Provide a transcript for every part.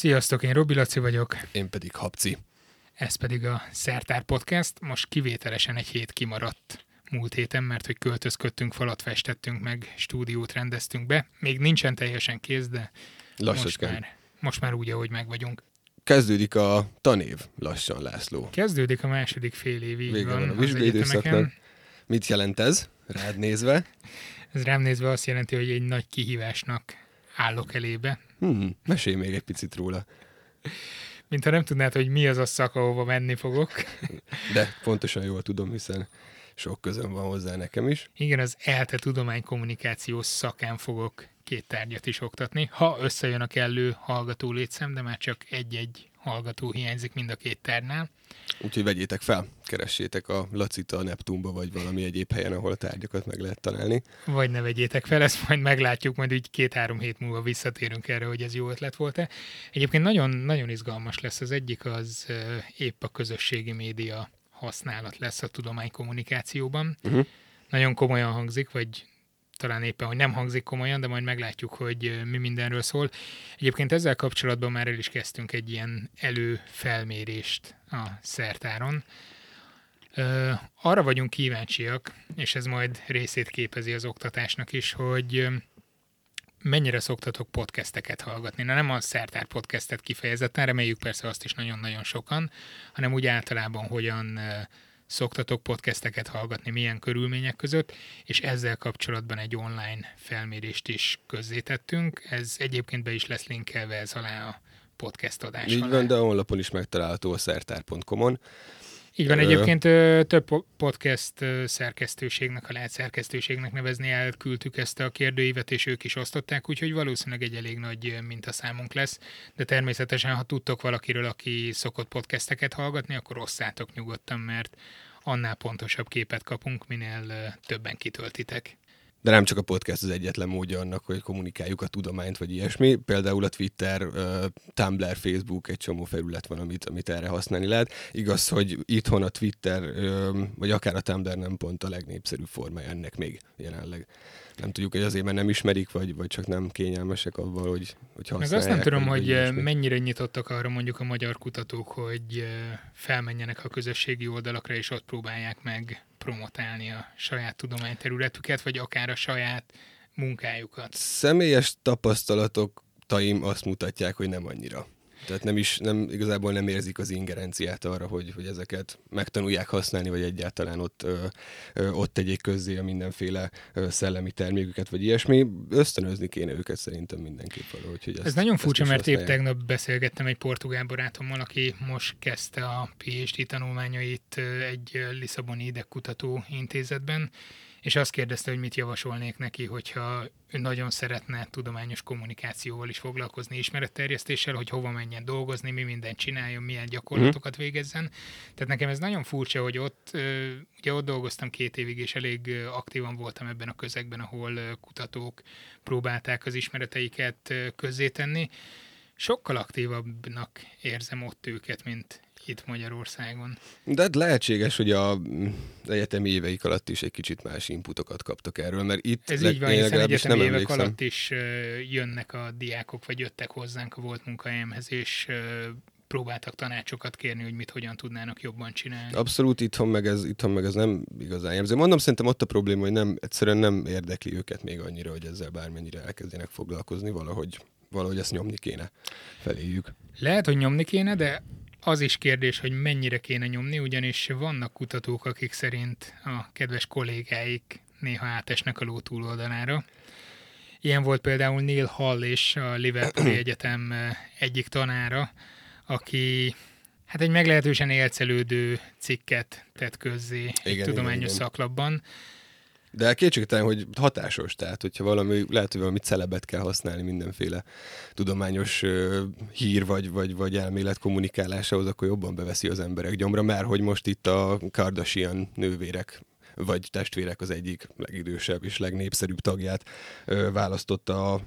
Sziasztok, én Robi Laci vagyok. Én pedig Habci. Ez pedig a Szertár Podcast. Most kivételesen egy hét kimaradt múlt héten, mert hogy költözködtünk, falat festettünk meg, stúdiót rendeztünk be. Még nincsen teljesen kész, de most már úgy, ahogy meg vagyunk. Kezdődik a tanév lassan, László. Kezdődik a második fél év, így Vége van a vizsgaidőszaknak. Mit jelent ez, rád nézve? Ez rám nézve azt jelenti, hogy egy nagy kihívásnak állok elébe. Mesélj még egy picit róla. Mintha nem tudnád, hogy mi az a szak, ahova menni fogok. De pontosan jól tudom, hiszen sok közöm van hozzá nekem is. Igen, az ELTE tudománykommunikációs szakán fogok 2 tárgyat is oktatni. Ha összejön a kellő hallgató létszám, de már csak egy-egy hallgató hiányzik mind a 2 tárnál. Úgyhogy vegyétek fel, keressétek a Lacit a Neptunba, vagy valami egyéb helyen, ahol a tárgyakat meg lehet találni. Vagy ne vegyétek fel, ezt majd meglátjuk, majd így 2-3 hét múlva visszatérünk erre, hogy ez jó ötlet volt-e. Egyébként nagyon, nagyon izgalmas lesz. Az egyik az épp a közösségi média használat lesz a tudománykommunikációban. Nagyon komolyan hangzik, vagy talán éppen, hogy nem hangzik komolyan, de majd meglátjuk, hogy mi mindenről szól. Egyébként ezzel kapcsolatban már el is kezdtünk egy ilyen előfelmérést a Szertáron. Arra vagyunk kíváncsiak, és ez majd részét képezi az oktatásnak is, hogy mennyire szoktatok podcasteket hallgatni. Na, nem a Szertár podcastet kifejezetten, reméljük persze azt is nagyon-nagyon sokan, hanem úgy általában hogyan szoktatok podcasteket hallgatni, milyen körülmények között, és ezzel kapcsolatban egy online felmérést is közzétettünk. Ez egyébként be is lesz linkelve ez alá a podcast adás alá. Így van, de a honlapon is megtalálható a szertár.com-on. Így van, egyébként több podcast szerkesztőségnek, ha lehet szerkesztőségnek nevezni, elküldtük ezt a kérdőívet, és ők is osztották, úgyhogy valószínűleg egy elég nagy mintaszámunk lesz, de természetesen, ha tudtok valakiről, aki szokott podcasteket hallgatni, akkor osszátok nyugodtan, mert annál pontosabb képet kapunk, minél többen kitöltitek. De nem csak a podcast az egyetlen módja annak, hogy kommunikáljuk a tudományt, vagy ilyesmi. Például a Twitter, Tumblr, Facebook, egy csomó felület van, amit erre használni lehet. Igaz, hogy itthon a Twitter, vagy akár a Tumblr nem pont a legnépszerűbb formája ennek még jelenleg. Nem tudjuk, hogy azért, mert nem ismerik, vagy csak nem kényelmesek avval, hogy használják. Meg azt nem tudom, hogy mennyire nyitottak arra mondjuk a magyar kutatók, hogy felmenjenek a közösségi oldalakra, és ott próbálják meg promotálni a saját tudományterületüket, vagy akár a saját munkájukat. Személyes tapasztalataim azt mutatják, hogy nem annyira. Tehát igazából nem érzik az ingerenciát arra, hogy ezeket megtanulják használni, vagy egyáltalán ott tegyék közzé a mindenféle szellemi terméküket, vagy ilyesmi. Ösztönözni kéne őket szerintem mindenképp valahogy. Hogy ez nagyon furcsa, mert épp tegnap beszélgettem egy portugál barátommal, aki most kezdte a PhD tanulmányait egy lisszaboni idegkutató intézetben, és azt kérdezte, hogy mit javasolnék neki, hogyha ő nagyon szeretne tudományos kommunikációval is foglalkozni, ismeretterjesztéssel, hogy hova menjen dolgozni, mi mindent csináljon, milyen gyakorlatokat végezzen. Tehát nekem ez nagyon furcsa, hogy ott dolgoztam 2 évig, és elég aktívan voltam ebben a közegben, ahol kutatók próbálták az ismereteiket közzétenni. Sokkal aktívabbnak érzem ott őket, mint itt Magyarországon. De lehetséges, hogy az egyetemi éveik alatt is egy kicsit más inputokat kaptak erről, mert itt ez így van, hiszen egyetemi évek alatt is jönnek a diákok, vagy jöttek hozzánk a volt munkahelyemhez, és próbáltak tanácsokat kérni, hogy mit hogyan tudnának jobban csinálni. Abszolút, itthon meg ez nem igazán jelző. Mondom, szerintem ott a probléma, hogy egyszerűen nem érdekli őket még annyira, hogy ezzel bármennyire elkezdjenek foglalkozni, valahogy ezt nyomni kéne feléjük. Lehet, hogy nyomni kéne, de az is kérdés, hogy mennyire kéne nyomni, ugyanis vannak kutatók, akik szerint a kedves kollégáik néha átesnek a ló túloldalára. Ilyen volt például Neil Hall és a Liverpooli Egyetem egyik tanára, aki egy meglehetősen élcelődő cikket tett közzé egy tudományos szaklapban. De kétségtelen, hogy hatásos, tehát hogyha lehet, hogy valami celebet kell használni mindenféle tudományos hír vagy elmélet kommunikálásához, akkor jobban beveszi az emberek gyomra, mert hogy most itt a Kardashian nővérek vagy testvérek az egyik legidősebb és legnépszerűbb tagját választotta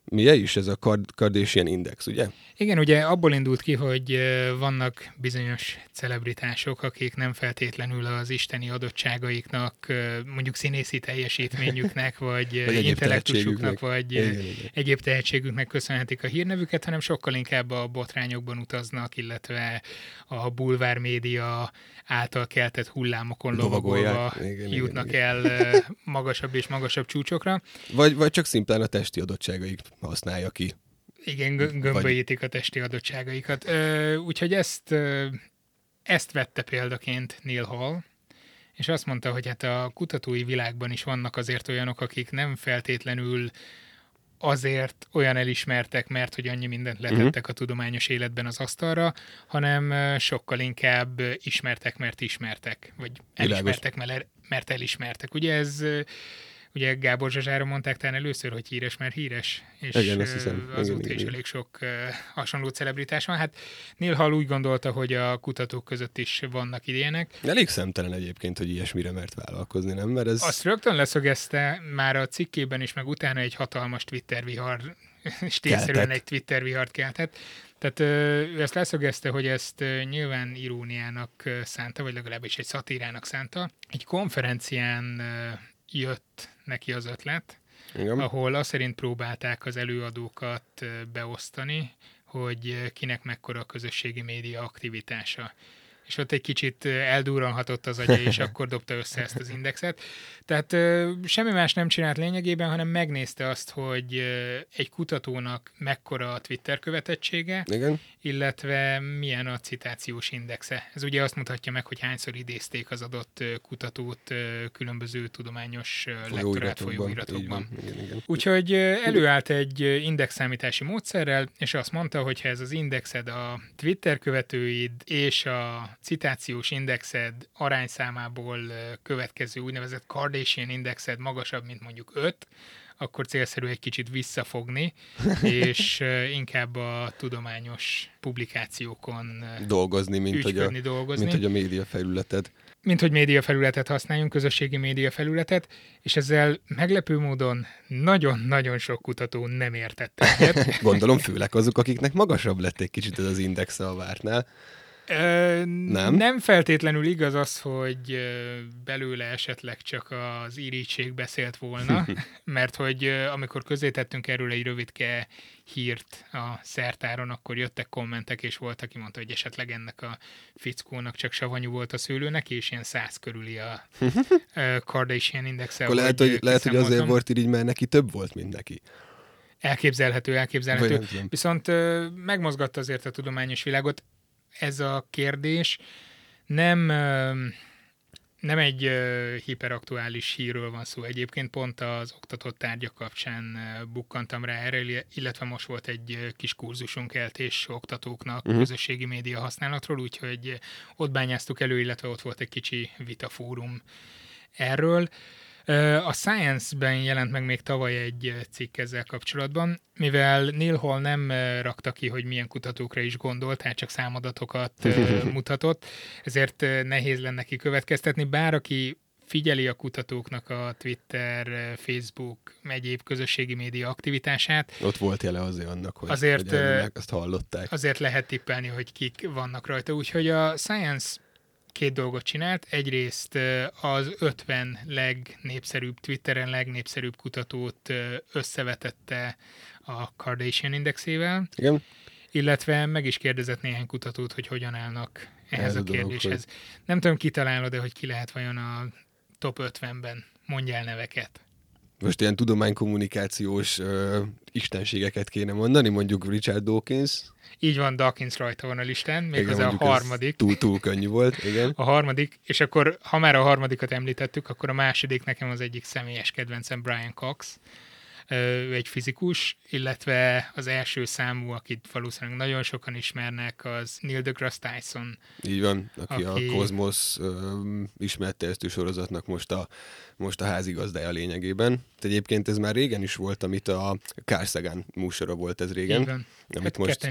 Milyen is ez a Kardashian Index, ugye? Igen, ugye abból indult ki, hogy vannak bizonyos celebritások, akik nem feltétlenül az isteni adottságaiknak, mondjuk színészi teljesítményüknek, vagy intellektusuknak, vagy egyéb tehetségüknek köszönhetik a hírnevüket, hanem sokkal inkább a botrányokban utaznak, illetve a bulvár média által keltett hullámokon lovagolva jutnak el magasabb és magasabb csúcsokra. Vagy csak szimplán a testi adottságaik használja ki. Igen, gömbölyítik a testi adottságaikat. Úgyhogy ezt vette példaként Neil Hall, és azt mondta, hogy hát a kutatói világban is vannak azért olyanok, akik nem feltétlenül azért olyan elismertek, mert hogy annyi mindent letettek a tudományos életben az asztalra, hanem sokkal inkább ismertek, mert ismertek, vagy elismertek, mert elismertek. Ugye ez... Ugye Gábor Zsazsára mondták talán először, hogy híres, mert híres, és igen, azt hiszem. azóta is elég sok hasonló celebritás van. Hát Neil Hall úgy gondolta, hogy a kutatók között is vannak ilyenek. Elég szemtelen egyébként, hogy ilyesmire mert vállalkozni, nem? Mert ez... Azt rögtön leszögezte már a cikkében is, meg utána egy hatalmas Twitter vihar, és tényszerűen egy Twitter vihart keltett. Tehát ő ezt leszögezte, hogy ezt nyilván iróniának szánta, vagy legalábbis egy szatírának szánta. Egy konferencián jött neki az ötlet, igen, ahol azt szerint próbálták az előadókat beosztani, hogy kinek mekkora a közösségi média aktivitása. És ott egy kicsit eldurranhatott az agya, és akkor dobta össze ezt az indexet. Tehát semmi más nem csinált lényegében, hanem megnézte azt, hogy egy kutatónak mekkora a Twitter követettsége, igen, illetve milyen a citációs indexe. Ez ugye azt mutatja meg, hogy hányszor idézték az adott kutatót különböző tudományos lektorát folyóiratokban. Igen. Úgyhogy előállt egy indexszámítási módszerrel, és azt mondta, hogy ha ez az indexed a Twitter követőid és a citációs indexed arányszámából következő úgynevezett Kardashian indexed magasabb, mint mondjuk 5, akkor célszerű egy kicsit visszafogni, és inkább a tudományos publikációkon dolgozni, mint hogy a médiafelületed. Mint hogy médiafelületet használjunk, közösségi médiafelületet, és ezzel meglepő módon nagyon-nagyon sok kutató nem értette egyet. Gondolom főleg azok, akiknek magasabb lett egy kicsit ez az indexe a vártnál. Nem feltétlenül igaz az, hogy belőle esetleg csak az irítség beszélt volna, mert hogy amikor közzétettünk erről egy rövidke hírt a szertáron, akkor jöttek kommentek, és volt, aki mondta, hogy esetleg ennek a fickónak csak savanyú volt a szőlőnek, és ilyen 100 körüli a Kardashian indexe. Akkor lehet, hogy azért volt így, mert neki több volt, mint neki. Elképzelhető. Viszont megmozgatta azért a tudományos világot. Ez a kérdés nem egy hiperaktuális hírről van szó. Egyébként pont az oktatott tárgyak kapcsán bukkantam rá erre, illetve most volt egy kis kurzusunk eltés oktatóknak közösségi média használatról, úgyhogy ott bányáztuk elő, illetve ott volt egy kicsi vitafórum erről. A Science-ben jelent meg még tavaly egy cikk ezzel kapcsolatban, mivel Neil Hall nem rakta ki, hogy milyen kutatókra is gondolt, hát csak számadatokat mutatott, ezért nehéz lenne neki következtetni, bár aki figyeli a kutatóknak a Twitter, Facebook, egyéb közösségi média aktivitását. Ott volt jele azért annak, hogy azt hallották. Azért lehet tippelni, hogy kik vannak rajta, úgyhogy a Science 2 dolgot csinált. Egyrészt az 50 legnépszerűbb, Twitteren legnépszerűbb kutatót összevetette a Kardashian indexével, igen, illetve meg is kérdezett néhány kutatót, hogy hogyan állnak ehhez a kérdéshez. Nem tudom, kitalálod, de hogy ki lehet vajon a top 50-ben. Mondjál neveket. Most ilyen tudománykommunikációs istenségeket kéne mondani, mondjuk Richard Dawkins. Így van, Dawkins rajta van a listán, méghozzá a harmadik. Túl könnyű volt, igen. A harmadik, és akkor, ha már a harmadikat említettük, akkor a második nekem az egyik személyes kedvencem Brian Cox, egy fizikus, illetve az első számú, akit valószínűleg nagyon sokan ismernek, az Neil deGrasse Tyson. Így van, aki a Cosmos ismertterjesztő sorozatnak most a házigazdája lényegében. Egyébként ez már régen is volt, amit a Carl Sagan műsora volt ez régen. Így van. Amit ketten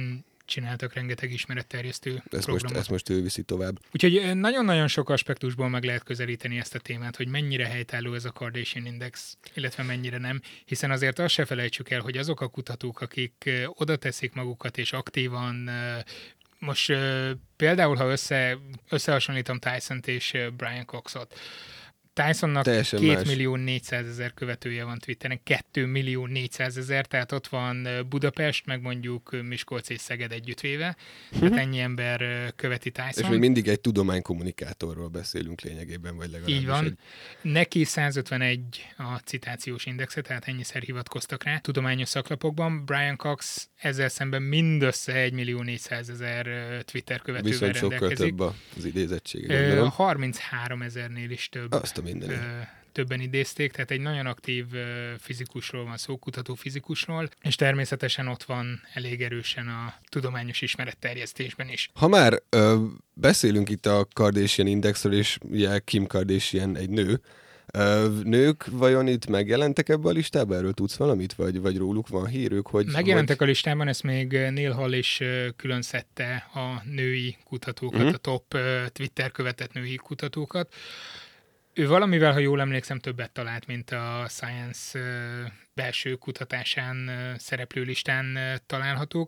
csináltak rengeteg ismeretterjesztő programot. Ezt most ő viszi tovább. Úgyhogy nagyon-nagyon sok aspektusból meg lehet közelíteni ezt a témát, hogy mennyire helytálló ez a Kardashian Index, illetve mennyire nem, hiszen azért azt se felejtsük el, hogy azok a kutatók, akik oda teszik magukat és aktívan most például, ha összehasonlítom Tyson-t és Brian Coxot, Tysonnak 2.400.000 követője van Twitteren, 2.400.000, tehát ott van Budapest, meg mondjuk Miskolc és Szeged együttvéve, tehát ennyi ember követi Tyson. És még mindig egy tudománykommunikátorról beszélünk lényegében, vagy legalábbis. Így van. Neki 151 a citációs indexe, tehát ennyiszer hivatkoztak rá tudományos szaklapokban. Brian Cox ezzel szemben mindössze 1.400.000 Twitter követővel viszont rendelkezik. Viszont sokkal több az idézettsége, 33 000-nél is több. Azt a mindenit. Többen idézték, tehát egy nagyon aktív fizikusról van szó, kutató fizikusról, és természetesen ott van elég erősen a tudományos ismeretterjesztésben is. Ha már beszélünk itt a Kardashian Indexről, és ugye Kim Kardashian egy nő, nők vajon itt megjelentek ebbe a listába? Erről tudsz valamit? Vagy róluk van hírük? Megjelentek a listában, ezt még Neil Hall is külön szedte a női kutatókat, a top Twitter követett női kutatókat. Ő valamivel, ha jól emlékszem, többet talált, mint a Science belső kutatásán szereplő listán találhatók.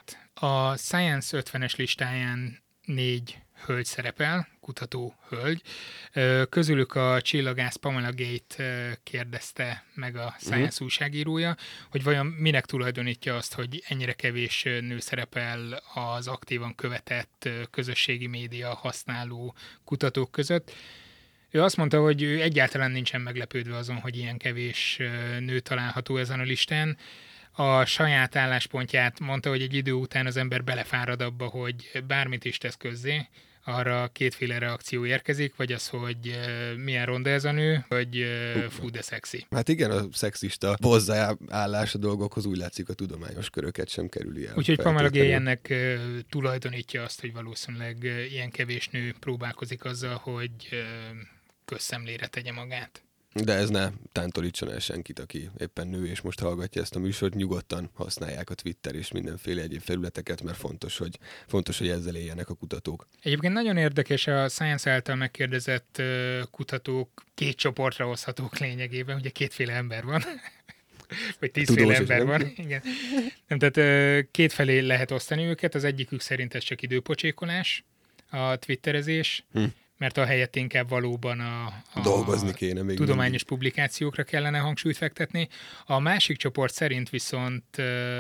A Science 50-es listáján 4 hölgy szerepel, kutató hölgy. Közülük a csillagász Pamela Gate kérdezte meg a Science újságírója, hogy vajon minek tulajdonítja azt, hogy ennyire kevés nő szerepel az aktívan követett közösségi média használó kutatók között. Ő azt mondta, hogy ő egyáltalán nincsen meglepődve azon, hogy ilyen kevés nő található ezen a listán. A saját álláspontját mondta, hogy egy idő után az ember belefárad abba, hogy bármit is tesz közzé, arra kétféle reakció érkezik, vagy az, hogy milyen ronda ez a nő, vagy fú, de szexi. Hát igen, a szexista hozzáállás a dolgokhoz úgy látszik a tudományos köröket sem kerüli el. Úgyhogy Pamela Gay ennek tulajdonítja azt, hogy valószínűleg ilyen kevés nő próbálkozik azzal, hogy közszemlére tegye magát. De ez ne tántorítson el senkit, aki éppen nő és most hallgatja ezt a műsort, nyugodtan használják a Twitter és mindenféle egyéb felületeket, mert fontos, hogy ezzel éljenek a kutatók. Egyébként nagyon érdekes, a Science által megkérdezett kutatók 2 csoportra hozhatók lényegében, ugye 2 ember van. Vagy 10 ember van. Igen. Nem, tehát 2 felé lehet osztani őket, az egyikük szerint ez csak időpocsékolás, a twitterezés, mert a helyett inkább valóban a dolgozni kéne még tudományos mindig. publikációkra kellene hangsúlyt fektetni. A másik csoport szerint viszont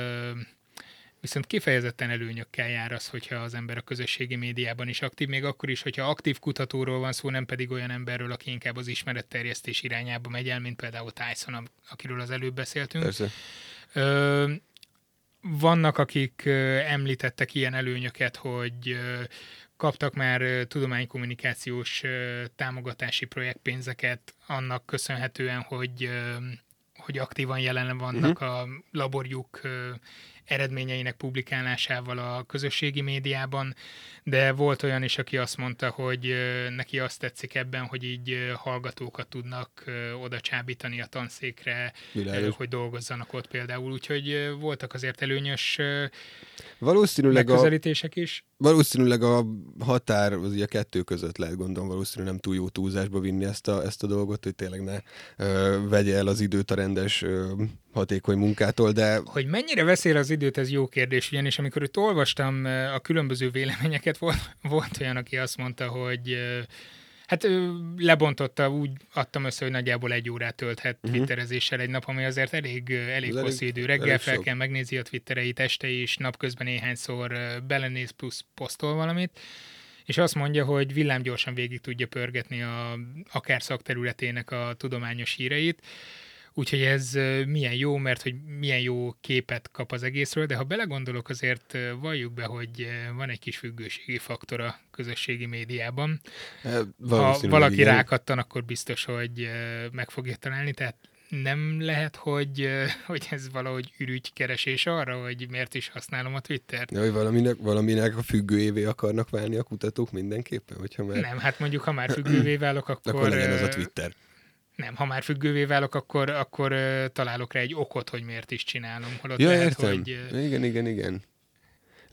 kifejezetten előnyökkel jár az, hogyha az ember a közösségi médiában is aktív, még akkor is, hogyha aktív kutatóról van szó, nem pedig olyan emberről, aki inkább az ismeretterjesztés irányába megy el, mint például Tyson, akiről az előbb beszéltünk. Persze. Vannak, akik említettek ilyen előnyöket, hogy kaptak már tudománykommunikációs támogatási projektpénzeket annak köszönhetően, hogy aktívan jelen vannak a laborjuk eredményeinek publikálásával a közösségi médiában, de volt olyan is, aki azt mondta, hogy neki azt tetszik ebben, hogy így hallgatókat tudnak oda csábítani a tanszékre, hogy dolgozzanak ott például, úgyhogy voltak azért előnyös megközelítések is. Valószínűleg a határ az ugye a 2 között lehet, gondolom, valószínűleg nem túl jó túlzásba vinni ezt a dolgot, hogy tényleg ne vegye el az időt a rendes hatékony munkától, de... Hogy mennyire veszél az időt, ez jó kérdés, ugyanis amikor itt olvastam a különböző véleményeket, volt olyan, aki azt mondta, hogy hát lebontotta, úgy adtam össze, hogy nagyjából 1 órát tölthet twitterezéssel egy nap, ami azért elég hosszú idő. Reggel fel kell megnézi a twittereit, este is, napközben néhányszor belenéz plusz posztol valamit, és azt mondja, hogy villámgyorsan végig tudja pörgetni akár szakterületének a tudományos híreit, úgyhogy ez milyen jó, mert hogy milyen jó képet kap az egészről, de ha belegondolok, azért valljuk be, hogy van egy kis függőségi faktor a közösségi médiában. Ha valaki rákattan, akkor biztos, hogy meg fogja találni, tehát nem lehet, hogy ez valahogy ürügykeresés arra, hogy miért is használom a Twittert? Ja, hogy valaminek a függőjévé akarnak válni a kutatók mindenképpen? Hogyha már... Nem, hát mondjuk, ha már függővé válok, akkor legyen az a Twitter. Nem, ha már függővé válok, akkor találok rá egy okot, hogy miért is csinálom. Holott lehet, értem. Hogy... Igen.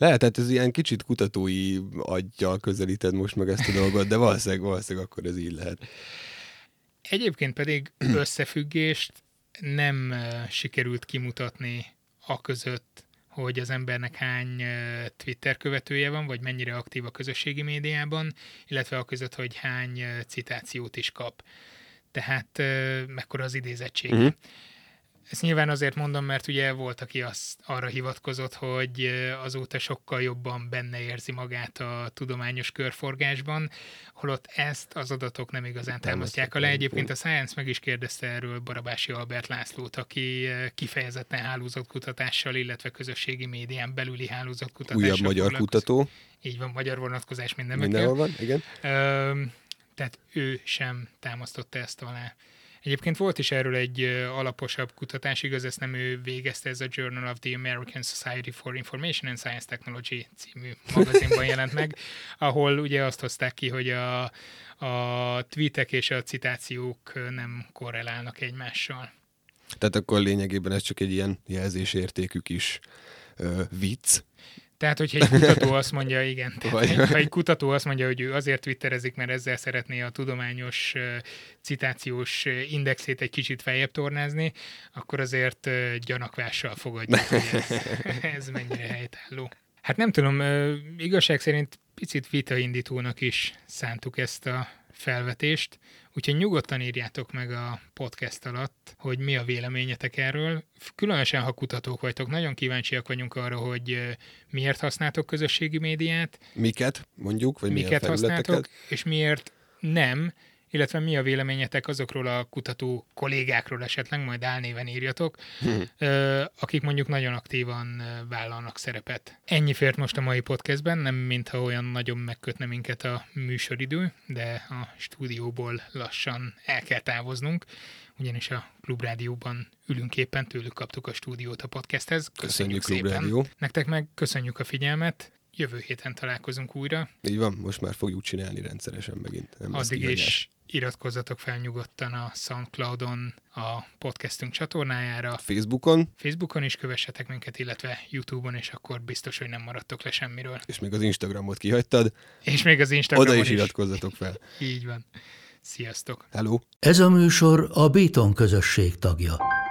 Lehet, tehát ez ilyen kicsit kutatói aggyal közelíted most meg ezt a dolgot, de valószínűleg akkor ez így lehet. Egyébként pedig összefüggést nem sikerült kimutatni aközött, hogy az embernek hány Twitter követője van, vagy mennyire aktív a közösségi médiában, illetve aközött, hogy hány citációt is kap. Tehát mekkora az idézettsége. Uh-huh. Ezt nyilván azért mondom, mert ugye volt, aki arra hivatkozott, hogy azóta sokkal jobban benne érzi magát a tudományos körforgásban, holott ezt az adatok nem igazán támasztják alá. Egyébként a Science meg is kérdezte erről Barabási Albert Lászlót, aki kifejezetten hálózatkutatással, illetve közösségi médián belüli hálózatkutatással újabb magyar kutató. Így van, magyar vonatkozás mindenhol van, igen. Tehát ő sem támasztotta ezt alá. Egyébként volt is erről egy alaposabb kutatás, igaz, ezt nem ő végezte, ez a Journal of the American Society for Information and Science Technology című magazinban jelent meg, ahol ugye azt hozták ki, hogy a tweetek és a citációk nem korrelálnak egymással. Tehát akkor lényegében ez csak egy ilyen jelzésértékű kis vicc. Tehát, hogyha egy kutató azt mondja, igen, ha egy kutató azt mondja, hogy ő azért twitterezik, mert ezzel szeretné a tudományos citációs indexét egy kicsit feljebb tornázni, akkor azért gyanakvással fogadjuk, hogy ez mennyire helytálló. Hát nem tudom, igazság szerint picit vitaindítónak is szántuk ezt a felvetést, úgyhogy nyugodtan írjátok meg a podcast alatt, hogy mi a véleményetek erről. Különösen, ha kutatók vagytok, nagyon kíváncsiak vagyunk arra, hogy miért használtok közösségi médiát. Miket mondjuk, vagy milyen miket felületeket. használtok, és miért nem, illetve mi a véleményetek azokról a kutató kollégákról esetleg, majd álnéven írjatok, akik mondjuk nagyon aktívan vállalnak szerepet. Ennyi fért most a mai podcastben, nem mintha olyan nagyon megkötne minket a műsoridő, de a stúdióból lassan el kell távoznunk, ugyanis a Klubrádióban ülünk éppen, tőlük kaptuk a stúdiót a podcasthez. Köszönjük szépen. Klubrádió. Nektek meg köszönjük a figyelmet. Jövő héten találkozunk újra. Így van, most már fogjuk csinálni rendszeresen megint. Nem addig is iratkozzatok fel nyugodtan a SoundCloudon, a podcastünk csatornájára. Facebookon is kövessetek minket, illetve YouTube-on, és akkor biztos, hogy nem maradtok le semmiről. És még az Instagramot kihagytad. És még az Instagramon oda is iratkozzatok fel. Így van. Sziasztok! Hello! Ez a műsor a Béton közösség tagja.